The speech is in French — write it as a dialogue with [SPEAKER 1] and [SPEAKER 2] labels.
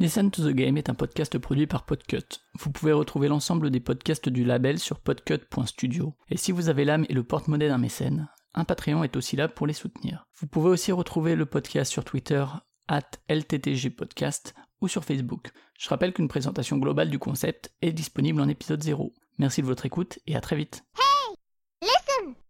[SPEAKER 1] Listen to the Game est un podcast produit par Podcut. Vous pouvez retrouver l'ensemble des podcasts du label sur podcut.studio. Et si vous avez l'âme et le porte-monnaie d'un mécène, un Patreon est aussi là pour les soutenir. Vous pouvez aussi retrouver le podcast sur Twitter @LTTGpodcast ou sur Facebook. Je rappelle qu'une présentation globale du concept est disponible en épisode 0. Merci de votre écoute et à très vite.
[SPEAKER 2] Hey! Listen!